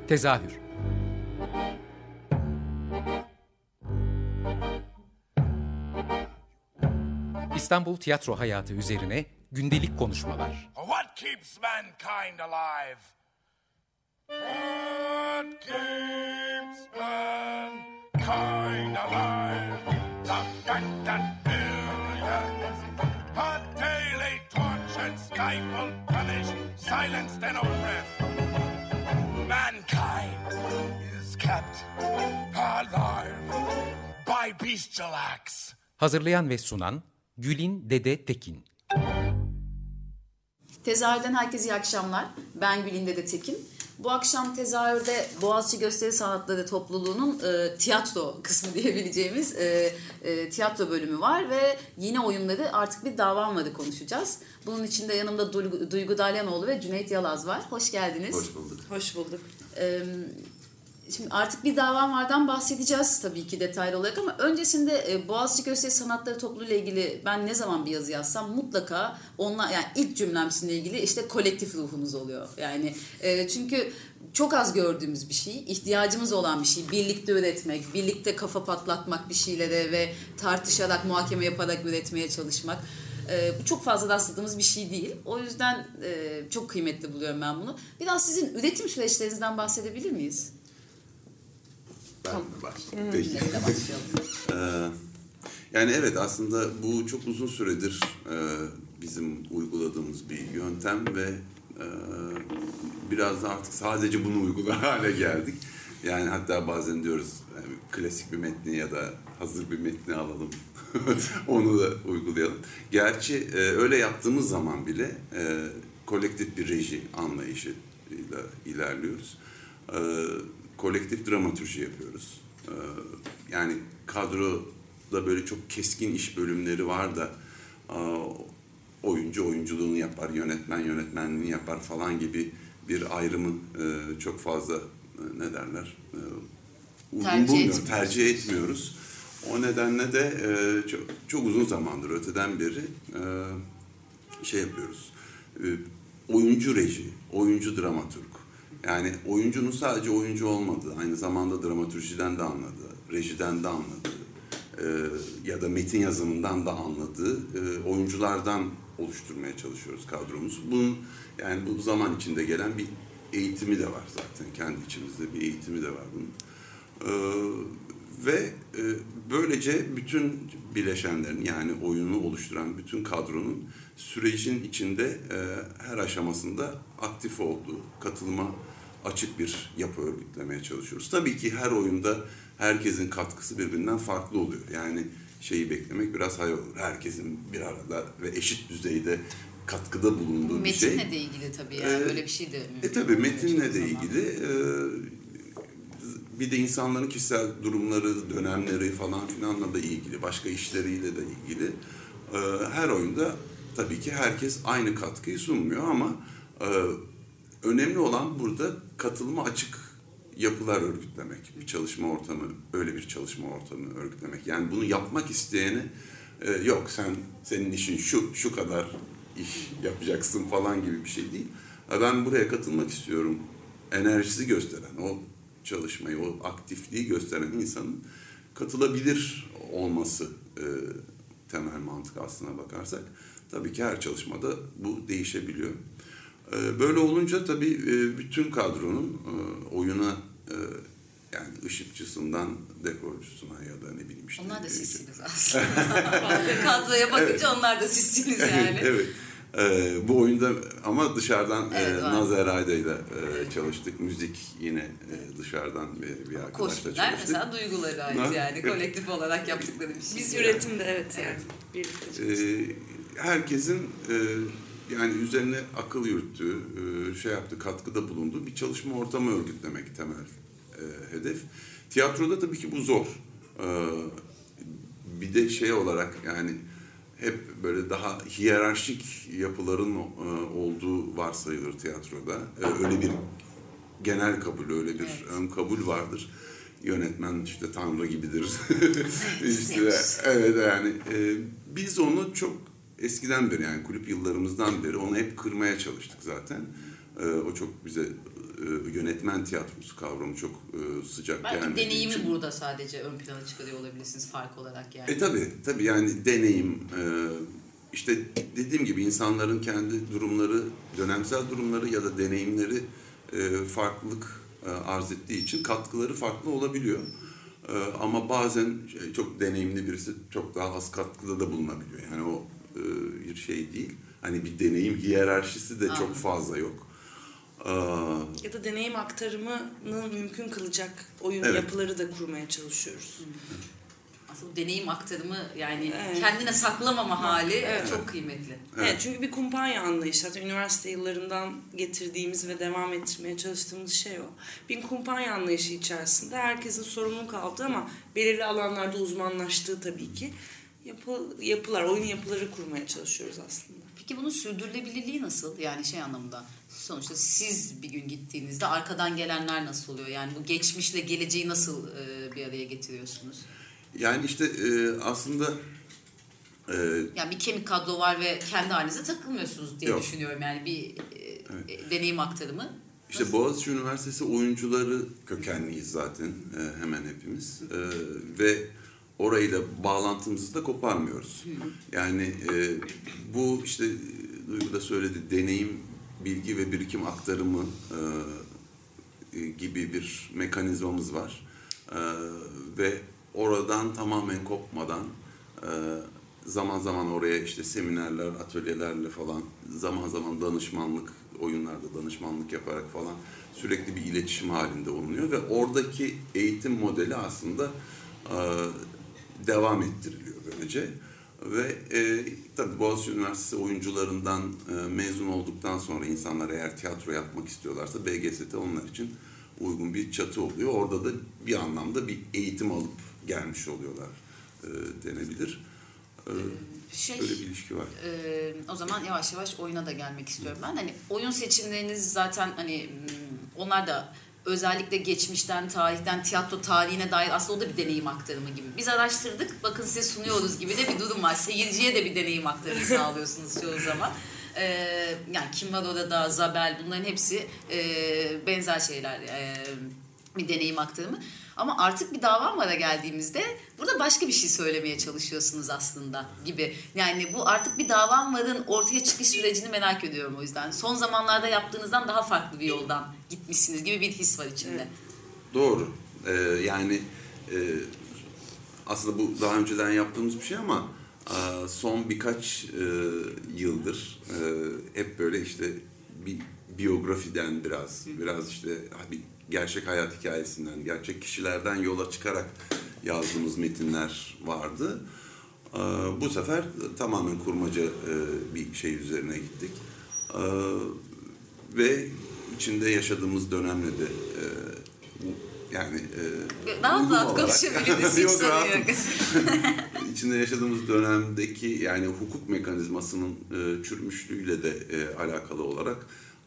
Tezahür. İstanbul tiyatro hayatı üzerine gündelik konuşmalar. What keeps mankind alive? What keeps mankind alive? The fact that billions are daily tortured, stifled, punished, silenced and oppressed. Mankind is kept alive by bestial acts. Hazırlayan ve sunan Gülin Dede Tekin. Tezahürden herkese iyi akşamlar. Ben Gülin Dede Tekin. Bu akşam tezahürde Boğaziçi Gösteri Sanatları Topluluğu'nun tiyatro kısmı diyebileceğimiz tiyatro bölümü var ve yeni oyunları Artık Bir Davam Var'ı konuşacağız. Bunun içinde yanımda Duygu Dalyanoğlu ve Cüneyt Yalaz var. Hoş geldiniz. Hoş bulduk. Hoş bulduk. Şimdi Artık Bir Davam Var'dan bahsedeceğiz tabii ki detaylı olarak ama öncesinde Boğaziçi Gösteri Sanatları Topluluğu ile ilgili ben ne zaman bir yazı yazsam mutlaka yani ilk cümlem sizinle ilgili işte kolektif ruhunuz oluyor. Yani çünkü çok az gördüğümüz bir şey, ihtiyacımız olan bir şey. Birlikte üretmek, birlikte kafa patlatmak bir şeylere ve tartışarak, muhakeme yaparak üretmeye çalışmak. Bu çok fazla rastladığımız bir şey değil. O yüzden çok kıymetli buluyorum ben bunu. Biraz sizin üretim süreçlerinizden bahsedebilir miyiz? Ben başlayayım. Peki. Yani evet, aslında bu çok uzun süredir bizim uyguladığımız bir yöntem ve biraz da artık sadece bunu uygular hale geldik. Yani hatta bazen diyoruz yani klasik bir metni ya da hazır bir metni alalım. Onu da uygulayalım. Gerçi öyle yaptığımız zaman bile kolektif bir reji anlayışıyla ilerliyoruz. Kolektif dramatürji yapıyoruz. Yani kadroda böyle çok keskin iş bölümleri var da oyuncu oyunculuğunu yapar, yönetmen yönetmenliğini yapar falan gibi bir ayrımı çok fazla tercih etmiyoruz. O nedenle de çok uzun zamandır öteden beri şey yapıyoruz. Oyuncu reji, oyuncu dramaturg. Yani oyuncunun sadece oyuncu olmadığı, aynı zamanda dramatürjiden de anladığı, rejiden de anladığı ya da metin yazımından da anladığı oyunculardan oluşturmaya çalışıyoruz kadromuzu. Bunun yani bu zaman içinde gelen bir eğitimi de var zaten. Kendi içimizde bir eğitimi de var bunun. Ve böylece bütün bileşenlerin yani oyunu oluşturan bütün kadronun sürecin içinde her aşamasında aktif olduğu, katılıma açık bir yapı örgütlemeye çalışıyoruz. Tabii ki her oyunda herkesin katkısı birbirinden farklı oluyor. Yani şeyi beklemek biraz hayal olur. Herkesin bir arada ve eşit düzeyde katkıda bulunduğu bir şey. Metinle de ilgili tabii yani böyle bir şey de. Tabii metinle de ilgili. Bir de insanların kişisel durumları, dönemleri falan filanla da ilgili, başka işleriyle de ilgili. Her oyunda tabii ki herkes aynı katkıyı sunmuyor ama önemli olan burada katılıma açık yapılar örgütlemek, bir çalışma ortamı, öyle bir çalışma ortamı örgütlemek. Yani bunu yapmak isteyene yok senin işin şu kadar iş yapacaksın falan gibi bir şey değil. Ben buraya katılmak istiyorum. Enerjisi gösteren, o çalışmayı, o aktifliği gösteren insanın katılabilir olması temel mantık aslına bakarsak. Tabii ki her çalışmada bu değişebiliyor. Böyle olunca tabii bütün kadronun oyuna yani ışıkçısından dekorcusuna ya da ne bileyim işte. Onlar da sizsiniz aslında. Kadroya bakınca evet. Onlar da sizsiniz yani. Evet. Bu oyunda ama dışarıdan Naz Erayda'yla çalıştık. Müzik yine dışarıdan bir arkadaşla çalıştık. Kostümler mesela duygulara ait yani kolektif olarak yaptıkları bir şey. Biz üretimde evet yani birlikte herkesin yani üzerine akıl yürüttüğü, katkıda bulunduğu bir çalışma ortamı örgütlemek temel hedef. Tiyatroda tabii ki bu zor. Bir de olarak yani hep böyle daha hiyerarşik yapıların olduğu varsayılır tiyatroda. Öyle bir genel kabul, öyle bir ön kabul vardır. Yönetmen işte Tanrı gibidir. Evet yani biz onu çok eskiden beri yani kulüp yıllarımızdan beri onu hep kırmaya çalıştık zaten. O çok bize yönetmen tiyatrosu kavramı çok sıcak belki gelmediği deneyimi için. burada sadece ön plana çıkarıyor olabilirsiniz fark olarak yani. Tabii yani deneyim, işte dediğim gibi insanların kendi durumları, dönemsel durumları ya da deneyimleri farklılık arz ettiği için katkıları farklı olabiliyor. Ama bazen çok deneyimli birisi çok daha az katkıda da bulunabiliyor. Yani o bir şey değil. Hani bir deneyim hiyerarşisi de çok fazla yok. Ya da deneyim aktarımını mümkün kılacak oyun yapıları da kurmaya çalışıyoruz. Aslında deneyim aktarımı yani kendine saklamama hali çok kıymetli. Evet, çünkü bir kumpanya anlayışı. Zaten üniversite yıllarından getirdiğimiz ve devam ettirmeye çalıştığımız şey o. Bir kumpanya anlayışı içerisinde herkesin sorumluluk aldığı ama belirli alanlarda uzmanlaştığı tabii ki yapılar, oyun yapıları kurmaya çalışıyoruz aslında. Peki bunun sürdürülebilirliği nasıl? Yani şey anlamında. Sonuçta siz bir gün gittiğinizde arkadan gelenler nasıl oluyor? Yani bu geçmişle geleceği nasıl bir araya getiriyorsunuz? Yani işte aslında yani bir kemik kadro var ve kendi halinize takılmıyorsunuz diye düşünüyorum. Yani bir deneyim aktarımı. İşte Boğaziçi Üniversitesi oyuncuları kökenliyiz zaten hemen hepimiz. Ve orayla bağlantımızı da koparmıyoruz. Yani bu işte Duygu da söyledi, deneyim, bilgi ve birikim aktarımı gibi bir mekanizmamız var. Ve oradan tamamen kopmadan zaman zaman oraya işte seminerler, atölyelerle falan, zaman zaman danışmanlık, oyunlarda danışmanlık yaparak falan sürekli bir iletişim halinde olunuyor ve oradaki eğitim modeli aslında devam ettiriliyor böylece. Ve tabii Boğaziçi Üniversitesi oyuncularından mezun olduktan sonra insanlar eğer tiyatro yapmak istiyorlarsa BGST onlar için uygun bir çatı oluyor. Orada da bir anlamda bir eğitim alıp gelmiş oluyorlar denebilir. Böyle bir ilişki var. O zaman yavaş yavaş oyuna da gelmek istiyorum ben. Hani oyun seçimleriniz zaten hani onlar da özellikle geçmişten, tarihten, tiyatro tarihine dair aslında o da bir deneyim aktarımı gibi. Biz araştırdık, bakın size sunuyoruz gibi de bir durum var. Seyirciye de bir deneyim aktarımı sağlıyorsunuz çoğu zaman. Yani kim var orada, Zabel, bunların hepsi benzer şeyler, bir deneyim aktarımı. Ama artık bir Davanvar'a geldiğimizde burada başka bir şey söylemeye çalışıyorsunuz aslında gibi. Yani bu artık bir Davanvar'ın ortaya çıkış sürecini merak ediyorum o yüzden. Son zamanlarda yaptığınızdan daha farklı bir yoldan gitmişsiniz gibi bir his var içinde. Evet. Doğru. Yani aslında bu daha önceden yaptığımız bir şey ama son birkaç yıldır hep böyle işte bir biyografiden biraz işte bir gerçek hayat hikayesinden, gerçek kişilerden yola çıkarak yazdığımız metinler vardı. Bu sefer tamamen kurmaca bir şey üzerine gittik. Ve içinde yaşadığımız dönemle de yani rahat konuşabiliriz. Yok, rahatım. İçinde yaşadığımız dönemdeki yani hukuk mekanizmasının çürümüşlüğüyle de alakalı olarak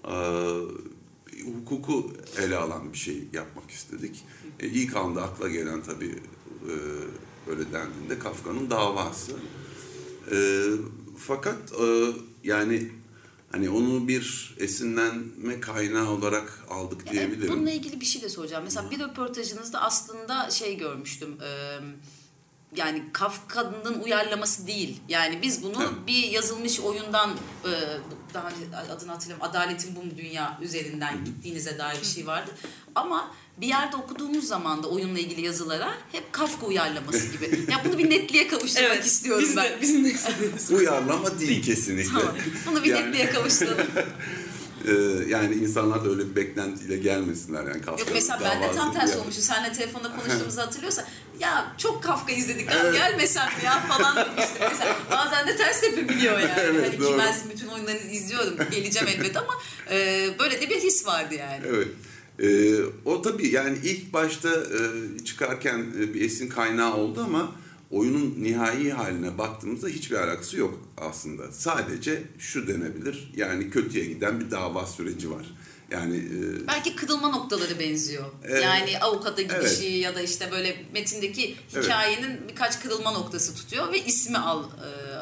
hukuku ele alan bir şey yapmak istedik. İlk anda akla gelen tabii öyle dendiğinde Kafka'nın davası. Fakat yani hani onu bir esinlenme kaynağı olarak aldık diyebilirim. Bununla ilgili bir şey de soracağım. Mesela bir röportajınızda aslında şey görmüştüm. Yani Kafka'nın uyarlaması değil. Yani biz bunu bir yazılmış oyundan daha önce adını hatırlamıyorum. Adaletin Bu Mu Dünya üzerinden gittiğinize dair bir şey vardı. Ama bir yerde okuduğumuz zaman da oyunla ilgili yazılara hep Kafka uyarlaması gibi. Ya bunu bir netliğe kavuşturmak istiyorum ben. Biz de istediğimiz. Uyarlama değil kesinlikle. Tamam. Bunu bir netliğe kavuşturalım. Yani insanlar da öyle bir beklentiyle gelmesinler yani Kafka'nın. Yok mesela ben de tam tersi olmuşum. Seninle telefonda konuştuğumuzu hatırlıyorsan ya çok Kafka izledik ya gelmesem mi ya falan demiştim. Mesela bazen de ters tepebiliyor yani. Evet, hani ki ben bütün oyunlarınızı izliyorum. Geleceğim elbet ama böyle de bir his vardı yani. Evet. O tabii yani ilk başta çıkarken bir esin kaynağı oldu ama oyunun nihai haline baktığımızda hiçbir alakası yok aslında. Sadece şu denebilir, yani kötüye giden bir dava süreci var. Yani belki kırılma noktaları benziyor. Yani avukata gidişi ya da işte böyle metindeki hikayenin birkaç kırılma noktası tutuyor ve ismi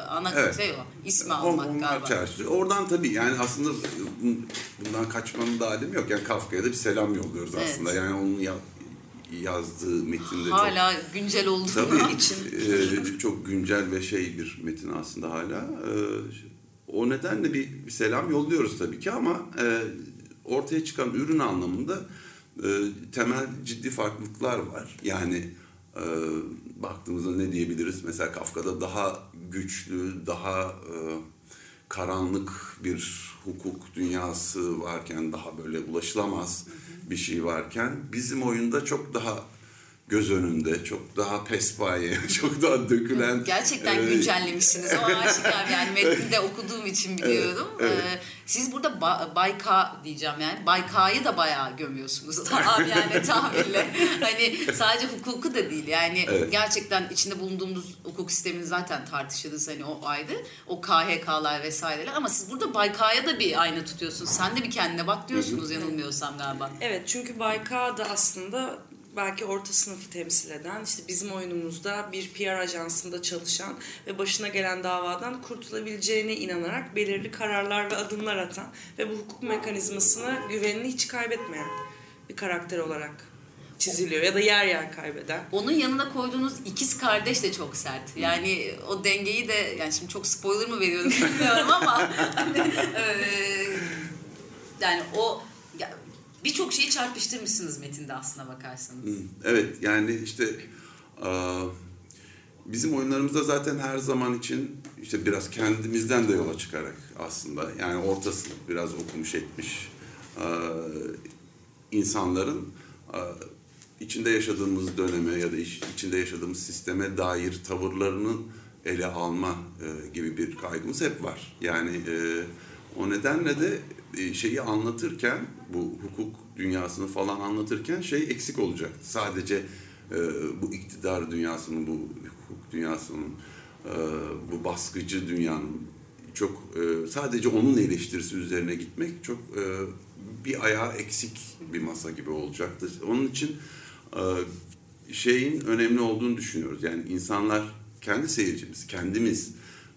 ana şey o. İsmi almak galiba. Çerçeve. Oradan tabii yani aslında bundan kaçmanın da alemi yok. Yani Kafka'ya da bir selam yolluyoruz aslında. Yani onun yazdığı metinde hala çok, güncel olduğu için çok güncel ve bir metin aslında hala. O nedenle bir selam yolluyoruz tabii ki ama ortaya çıkan ürün anlamında temel ciddi farklılıklar var. Yani baktığımızda ne diyebiliriz? Mesela Kafka'da daha güçlü, daha karanlık bir hukuk dünyası varken, daha böyle ulaşılamaz bir şey varken bizim oyunda çok daha göz önünde, çok daha pespaye, çok daha dökülen... Gerçekten güncellemişsiniz. O aşikar yani metninde okuduğum için biliyorum. Evet. Siz burada Bay K diyeceğim yani. Bay K'yı da bayağı gömüyorsunuz. Abi yani tabirle. Hani sadece hukuku da değil yani. Evet. Gerçekten içinde bulunduğumuz hukuk sistemini zaten tartışırız hani o ayrı. O KHK'lar vesaireler ama siz burada Bay K'ya da bir ayna tutuyorsunuz. Sen de bir kendine bak diyorsunuz yanılmıyorsam galiba. Evet çünkü Bay K da aslında belki orta sınıfı temsil eden, işte bizim oyunumuzda bir PR ajansında çalışan ve başına gelen davadan kurtulabileceğine inanarak belirli kararlar ve adımlar atan ve bu hukuk mekanizmasına güvenini hiç kaybetmeyen bir karakter olarak çiziliyor ya da yer yer kaybeden. Onun yanına koyduğunuz ikiz kardeş de çok sert. Yani o dengeyi de, yani şimdi çok spoiler mı veriyorum bilmiyorum ama yani o... Birçok şeyi çarpıştırmışsınız metinde aslına bakarsanız. Evet yani işte bizim oyunlarımızda zaten her zaman için işte biraz kendimizden de yola çıkarak aslında yani orta sınıf biraz okumuş etmiş insanların içinde yaşadığımız döneme ya da içinde yaşadığımız sisteme dair tavırlarını ele alma gibi bir kaygımız hep var. Yani o nedenle de şeyi anlatırken, bu hukuk dünyasını falan anlatırken eksik olacaktı. Sadece bu iktidar dünyasının, bu hukuk dünyasının, bu baskıcı dünyanın çok sadece onun eleştirisi üzerine gitmek çok bir ayağı eksik bir masa gibi olacaktı. Onun için şeyin önemli olduğunu düşünüyoruz. Yani insanlar, kendi seyircimiz, kendimiz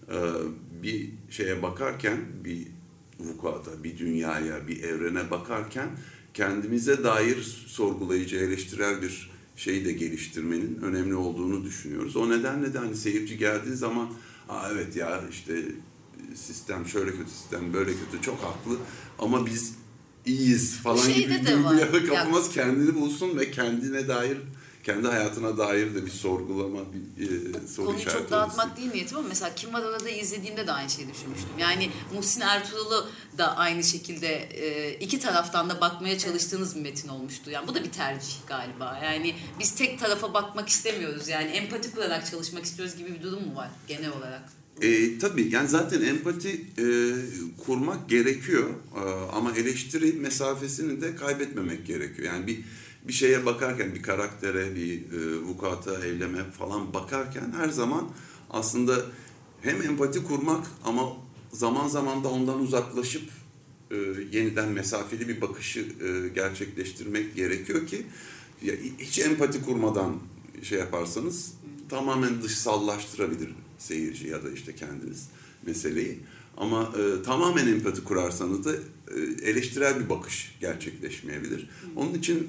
bir şeye bakarken, bir vukuata, bir dünyaya, bir evrene bakarken kendimize dair sorgulayıcı, eleştirel bir şeyi de geliştirmenin önemli olduğunu düşünüyoruz. O nedenle de hani seyirci geldiği zaman evet ya işte sistem şöyle kötü, sistem böyle kötü, çok haklı ama biz iyiyiz falan gibi duygulara kapılmaz, kendini bulsun ve kendine dair, kendi hayatına dair de bir sorgulama, bir soru konuyu işareti çok dağıtmak değil niyetim ama mesela Kim Var Orada izlediğimde de aynı şeyi düşünmüştüm. Yani Muhsin Ertuğrul'u da aynı şekilde iki taraftan da bakmaya çalıştığınız bir metin olmuştu. Yani bu da bir tercih galiba. Yani biz tek tarafa bakmak istemiyoruz. Yani empati kurarak çalışmak istiyoruz gibi bir durum mu var genel olarak? Tabii yani zaten empati kurmak gerekiyor ama eleştiri mesafesini de kaybetmemek gerekiyor. Yani bir şeye bakarken, bir karaktere, bir vukuata, eyleme falan bakarken her zaman aslında hem empati kurmak ama zaman zaman da ondan uzaklaşıp yeniden mesafeli bir bakışı gerçekleştirmek gerekiyor ki hiç empati kurmadan şey yaparsanız tamamen dışsallaştırabilir seyirci ya da işte kendiniz meseleyi. Ama tamamen empati kurarsanız da eleştirel bir bakış gerçekleşmeyebilir. Onun için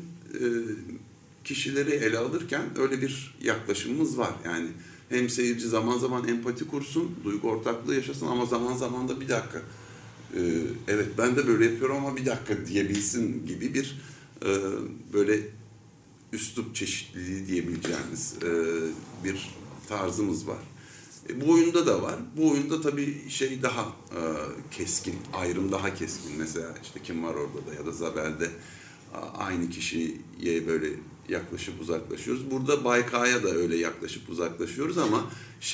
kişileri ele alırken öyle bir yaklaşımımız var. Yani hem seyirci zaman zaman empati kursun, duygu ortaklığı yaşasın ama zaman zaman da bir dakika, evet ben de böyle yapıyorum ama bir dakika diyebilsin gibi bir böyle üslup çeşitliliği diyebileceğimiz bir tarzımız var. Bu oyunda da var. Bu oyunda tabii daha keskin, ayrım daha keskin. Mesela işte Kim Var Orada da ya da Zabel'de aynı kişiye böyle yaklaşıp uzaklaşıyoruz. Burada Bay K'ya da öyle yaklaşıp uzaklaşıyoruz ama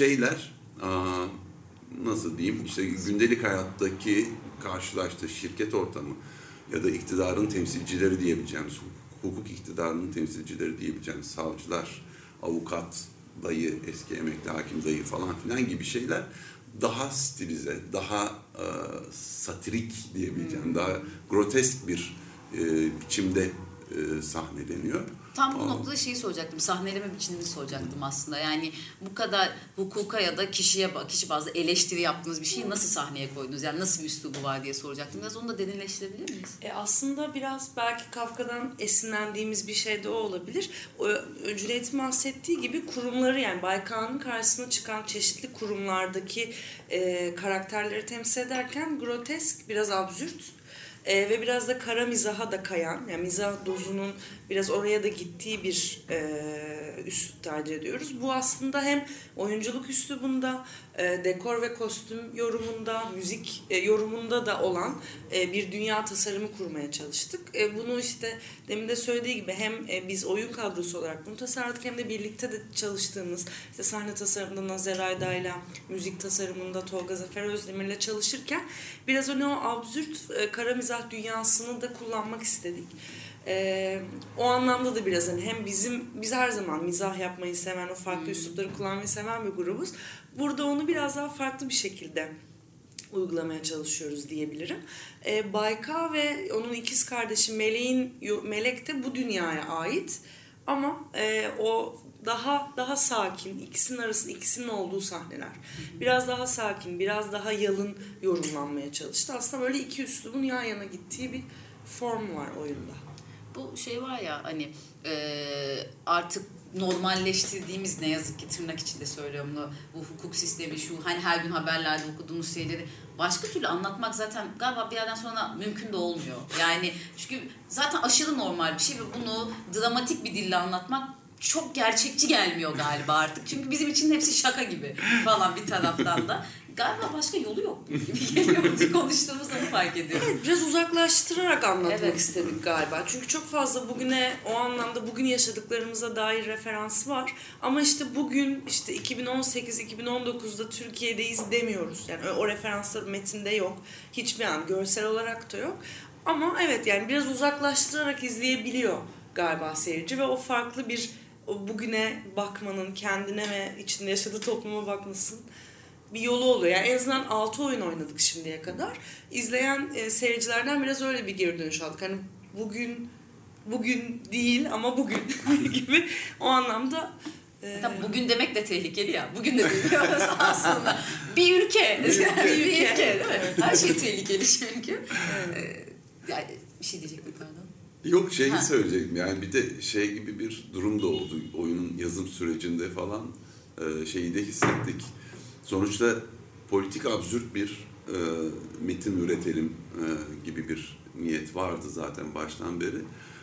nasıl diyeyim, işte gündelik hayattaki karşılaştığı şirket ortamı ya da iktidarın temsilcileri diyebileceğimiz, hukuk iktidarının temsilcileri diyebileceğimiz savcılar, avukat dayı, eski emekli hakim dayı falan filan gibi şeyler daha stilize, daha satirik diyebileceğim, daha grotesk bir biçimde sahneleniyor. Tam bu noktada şeyi soracaktım. Sahneleme biçimini soracaktım aslında. Yani bu kadar hukuka ya da kişi bazlı eleştiri yaptığınız bir şeyi nasıl sahneye koydunuz? Yani nasıl bir üslubu var diye soracaktım. Biraz onu da derinleştirebilir miyiz? Aslında biraz belki Kafka'dan esinlendiğimiz bir şey de o olabilir. Cüneyt'in bahsettiği gibi kurumları, yani Baykağı'nın karşısına çıkan çeşitli kurumlardaki karakterleri temsil ederken grotesk, biraz absürt ve biraz da kara mizaha da kayan, yani mizah dozunun biraz oraya da gittiği bir üslup tercih ediyoruz. Bu aslında hem oyunculuk üslubunda, dekor ve kostüm yorumunda, müzik yorumunda da olan bir dünya tasarımı kurmaya çalıştık. Bunu işte demin de söylediği gibi hem biz oyun kadrosu olarak bunu tasarladık, hem de birlikte de çalıştığımız, işte sahne tasarımında Nazer Ayda'yla, müzik tasarımında Tolga Zafer Özdemir'le çalışırken biraz o absürt kara mizah dünyasını da kullanmak istedik. O anlamda da biraz hani hem biz her zaman mizah yapmayı seven, o farklı üslupları kullanmayı seven bir grubuz. Burada onu biraz daha farklı bir şekilde uygulamaya çalışıyoruz diyebilirim. Bayka ve onun ikiz kardeşi Melek de bu dünyaya ait. Ama o daha sakin, ikisinin olduğu sahneler. Biraz daha sakin, biraz daha yalın yorumlanmaya çalıştı. Aslında böyle iki üslubun yan yana gittiği bir form var oyunda. Bu şey var ya hani artık normalleştirdiğimiz, ne yazık ki tırnak içinde söylüyorum bunu, bu hukuk sistemi, şu hani her gün haberlerde okuduğumuz şeyleri başka türlü anlatmak zaten galiba bir yerden sonra mümkün de olmuyor. Yani çünkü zaten aşırı normal bir şey ve bunu dramatik bir dille anlatmak çok gerçekçi gelmiyor galiba artık. Çünkü bizim için hepsi şaka gibi falan bir taraftan da. Galiba başka yolu yok gibi geliyor. Konuştuğumuzda onu fark ediyorum. Evet, biraz uzaklaştırarak anlatmak istedik galiba. Çünkü çok fazla bugüne, o anlamda bugün yaşadıklarımıza dair referans var. Ama işte bugün, işte 2018-2019'da Türkiye'deyiz demiyoruz. Yani o referanslar metinde yok. Hiçbir an görsel olarak da yok. Ama evet, yani biraz uzaklaştırarak izleyebiliyor galiba seyirci ve o farklı bir, o bugüne bakmanın, kendine ve içinde yaşadığı topluma bakmasının bir yolu oluyor. Yani en azından 6 oyun oynadık şimdiye kadar. İzleyen seyircilerden biraz öyle bir geri dönüş aldık. Hani bugün değil ama bugün gibi, o anlamda. Tabii bugün demek de tehlikeli ya. Bugün de demiyoruz aslında. Bir ülke. bir ülke değil mi? Evet. Her şey tehlikeli çünkü. Yani bir şey diyecektim pardon. Yok, söyleyecektim. Yani bir de şey gibi bir durum da oldu. Oyunun yazım sürecinde falan şeyi de hissettik. Sonuçta politik absürt bir metin üretelim gibi bir niyet vardı zaten baştan beri.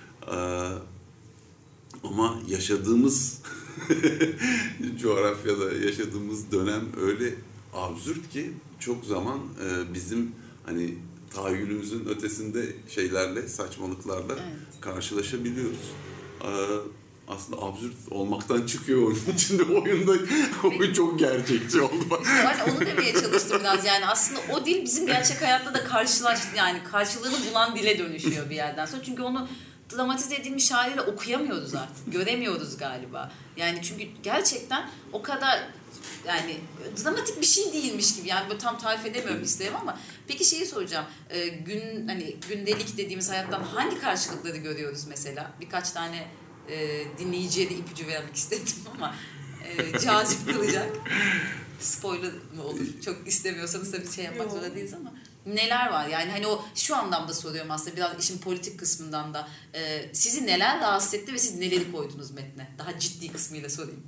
Ama yaşadığımız coğrafyada yaşadığımız dönem öyle absürt ki çok zaman bizim hani tahayyülümüzün ötesinde şeylerle, saçmalıklarla karşılaşabiliyoruz. Aslında absürt olmaktan çıkıyor oyunun içinde. Oyun çok gerçekçi oldu. İşte onu demeye çalıştım biraz. Yani aslında o dil bizim gerçek hayatta da yani karşılığını bulan dile dönüşüyor bir yerden sonra. Çünkü onu dramatize edilmiş haliyle okuyamıyoruz artık. Göremiyoruz galiba. Yani çünkü gerçekten o kadar yani dramatik bir şey değilmiş gibi. Yani böyle tam tarif edemiyorum isterim ama peki şeyi soracağım. Gündelik dediğimiz hayattan hangi karşılıkları görüyoruz mesela? Birkaç tane dinleyiciye de ipucu vermek istedim ama cazip kılacak. Spoiler mı olur? Çok istemiyorsanız tabii şey yapmak zorunda değiliz ama neler var? Yani hani o şu anlamda soruyorum aslında, biraz işin politik kısmından da. Sizi neler rahatsız etti ve siz neleri koydunuz metne? Daha ciddi kısmıyla sorayım.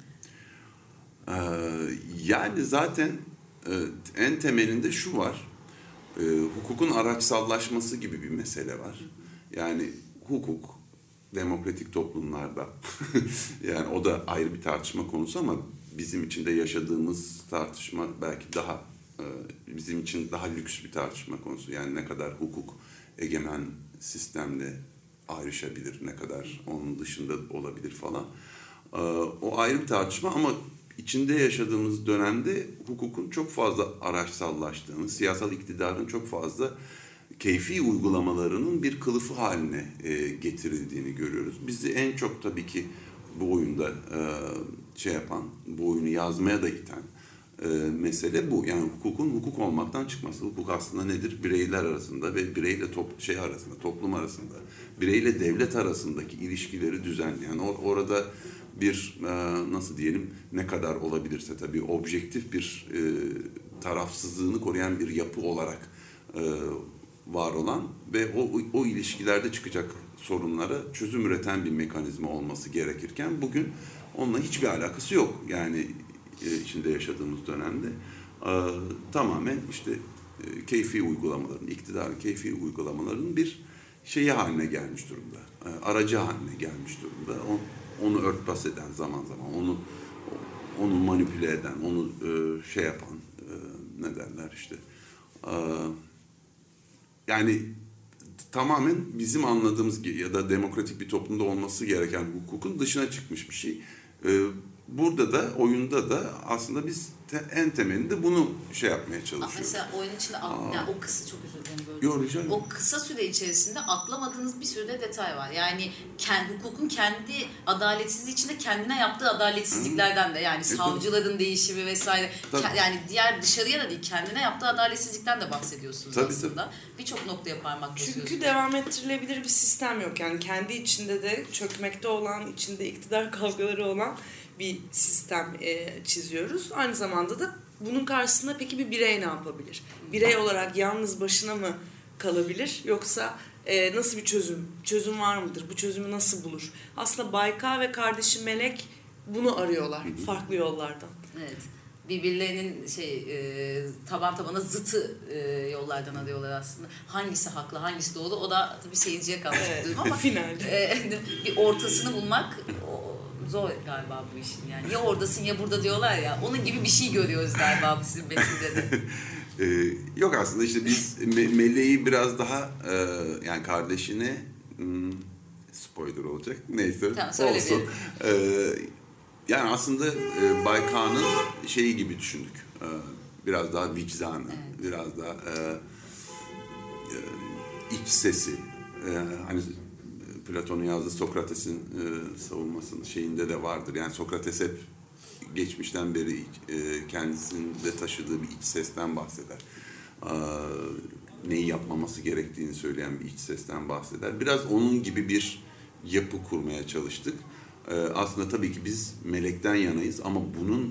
Yani zaten en temelinde şu var. Hukukun araçsallaşması gibi bir mesele var. Yani hukuk demokratik toplumlarda yani o da ayrı bir tartışma konusu ama bizim içinde yaşadığımız tartışma belki daha bizim için daha lüks bir tartışma konusu. Yani ne kadar hukuk egemen sistemle ayrışabilir, ne kadar onun dışında olabilir falan. O ayrı bir tartışma ama içinde yaşadığımız dönemde hukukun çok fazla araçsallaştığını, siyasal iktidarın çok fazla keyfi uygulamalarının bir kılıfı haline getirildiğini görüyoruz. Bizi en çok tabii ki bu oyunda bu oyunu yazmaya da iten mesele bu. Yani hukukun hukuk olmaktan çıkması. Hukuk aslında nedir? Bireyler arasında ve bireyle toplum arasında, bireyle devlet arasındaki ilişkileri düzenleyen, orada bir nasıl diyelim, ne kadar olabilirse tabii objektif bir tarafsızlığını koruyan bir yapı olarak var olan ve o ilişkilerde çıkacak sorunlara çözüm üreten bir mekanizma olması gerekirken bugün onunla hiçbir alakası yok. Yani içinde yaşadığımız dönemde tamamen işte keyfi uygulamaların, iktidarın keyfi uygulamaların bir şeyi haline gelmiş durumda. Aracı haline gelmiş durumda. Onu örtbas eden, zaman zaman onu manipüle eden, onu şey yapan, ne derler işte, yani tamamen bizim anladığımız ya da demokratik bir toplumda olması gereken hukukun dışına çıkmış bir şey. Burada da, oyunda da aslında biz en temelinde bunu şey yapmaya çalışıyoruz. Mesela oyun içinde yani o kısa, çok özür dilerim böyle. Yok, rica ederim. O kısa süre içerisinde atlamadığınız bir sürü de detay var. Yani hukukun kendi adaletsizliği içinde kendine yaptığı adaletsizliklerden de, yani savcıların değişimi vesaire. Yani diğer dışarıya da değil, kendine yaptığı adaletsizlikten de bahsediyorsunuz aslında. Birçok noktaya parmak basıyorsunuz. Çünkü devam ettirilebilir bir sistem yok. Yani kendi içinde de çökmekte olan, içinde iktidar kavgaları olan bir sistem çiziyoruz. Aynı zamanda da bunun karşısında peki bir birey ne yapabilir? Birey olarak yalnız başına mı kalabilir? Yoksa nasıl bir çözüm var mıdır? Bu çözümü nasıl bulur? Aslında Bayka ve kardeşi Melek bunu arıyorlar farklı yollardan. Evet. Birbirlerinin taban tabana zıtı yollardan arıyorlar aslında. Hangisi haklı, hangisi doğru, o da tabii seyirciye kalmış bir durum ama finalde bir ortasını bulmak zor galiba bu işin yani. Ya oradasın ya burada diyorlar ya. Onun gibi bir şey görüyoruz galiba sizin metinde de. Yok aslında işte biz Meleği biraz daha yani kardeşini spoiler olacak. Neyse. Tamam, olsun. Yani aslında Bayka'nın şeyi gibi düşündük. Biraz daha vicdanı, biraz daha iç sesi. Hani Platon'un yazdığı Sokrates'in savunmasının şeyinde de vardır. Yani Sokrates hep geçmişten beri kendisinde taşıdığı bir iç sesten bahseder. Neyi yapmaması gerektiğini söyleyen bir iç sesten bahseder. Biraz onun gibi bir yapı kurmaya çalıştık. Aslında tabii ki biz melekten yanayız ama bunun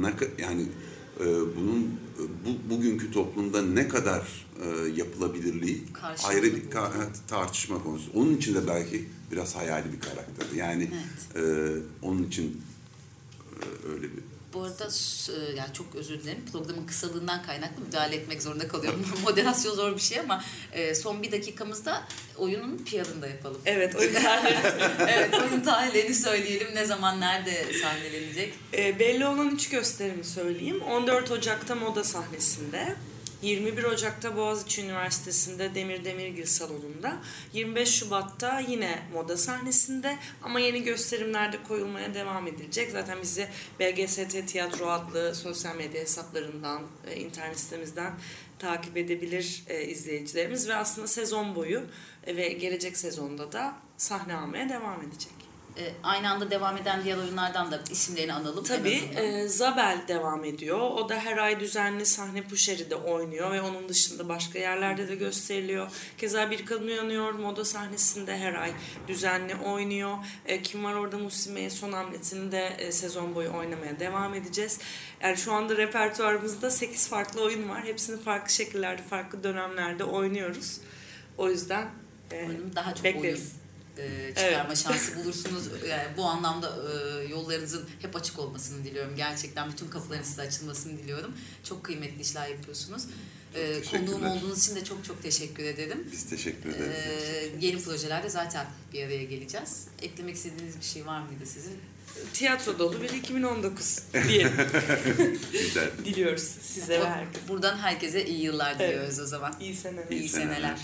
bunun bugünkü toplumda ne kadar yapılabilirliği ayrı bir tartışma konusu. Onun için de belki biraz hayali bir karakter. Yani onun için öyle bir... Bu arada yani çok özür dilerim. Programın kısalığından kaynaklı müdahale etmek zorunda kalıyorum. Moderasyon zor bir şey ama son bir dakikamızda oyunun PR'ını da yapalım. Evet, oyun tarihlerini evet, oyun tarihlerini söyleyelim. Ne zaman, nerede sahnelenecek? Belli olan 3 gösterimi söyleyeyim. 14 Ocak'ta Moda sahnesinde. 21 Ocak'ta Boğaziçi Üniversitesi'nde Demir Demirgil Salonu'nda, 25 Şubat'ta yine Moda sahnesinde ama yeni gösterimlerde koyulmaya devam edilecek. Zaten bizi BGST Tiyatro adlı sosyal medya hesaplarından, internet sitemizden takip edebilir izleyicilerimiz ve aslında sezon boyu ve gelecek sezonda da sahne almaya devam edecek. Aynı anda devam eden diğer oyunlardan da isimlerini analım. Tabii Zabel devam ediyor. O da her ay düzenli sahne Puşeri'de oynuyor ve onun dışında başka yerlerde de gösteriliyor. Keza Bir Kadın Uyanıyor Moda sahnesinde her ay düzenli oynuyor. Kim Var Orada Musime'ye son hamletini de sezon boyu oynamaya devam edeceğiz. Yani şu anda repertuarımızda 8 farklı oyun var. Hepsini farklı şekillerde, farklı dönemlerde oynuyoruz. O yüzden daha çok bekleriz. Oyun çıkarma şansı bulursunuz. Yani bu anlamda yollarınızın hep açık olmasını diliyorum. Gerçekten bütün kapıların size açılmasını diliyorum. Çok kıymetli işler yapıyorsunuz. Konuğum olduğunuz için de çok çok teşekkür ederim. Biz teşekkür ederiz. Yeni projelerde zaten bir araya geleceğiz. Eklemek istediğiniz bir şey var mıydı sizin? Tiyatro dolu bir 2019 diyelim. Güzel. Diliyoruz size ve herkese. Buradan herkese iyi yıllar diliyoruz o zaman. İyi seneler. İyi seneler.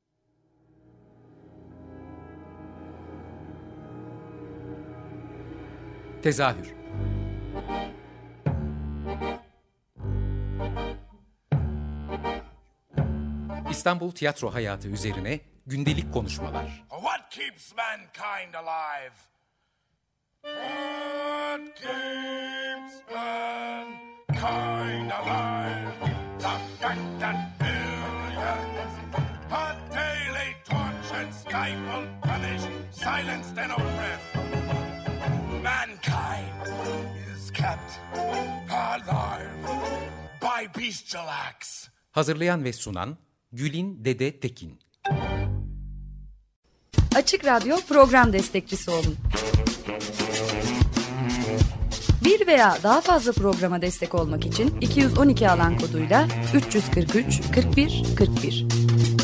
Tezahür. İstanbul tiyatro hayatı üzerine gündelik konuşmalar. What keeps mankind alive? What keeps mankind mankind alive. The fact that billions are daily tortured, stifled, punished, silenced, and oppressed. Mankind is kept alive by bestial acts. Hazırlayan ve sunan Gülin Dede Tekin. Açık Radyo program destekçisi olun. Bir veya daha fazla programa destek olmak için 212 alan koduyla 343 41 41.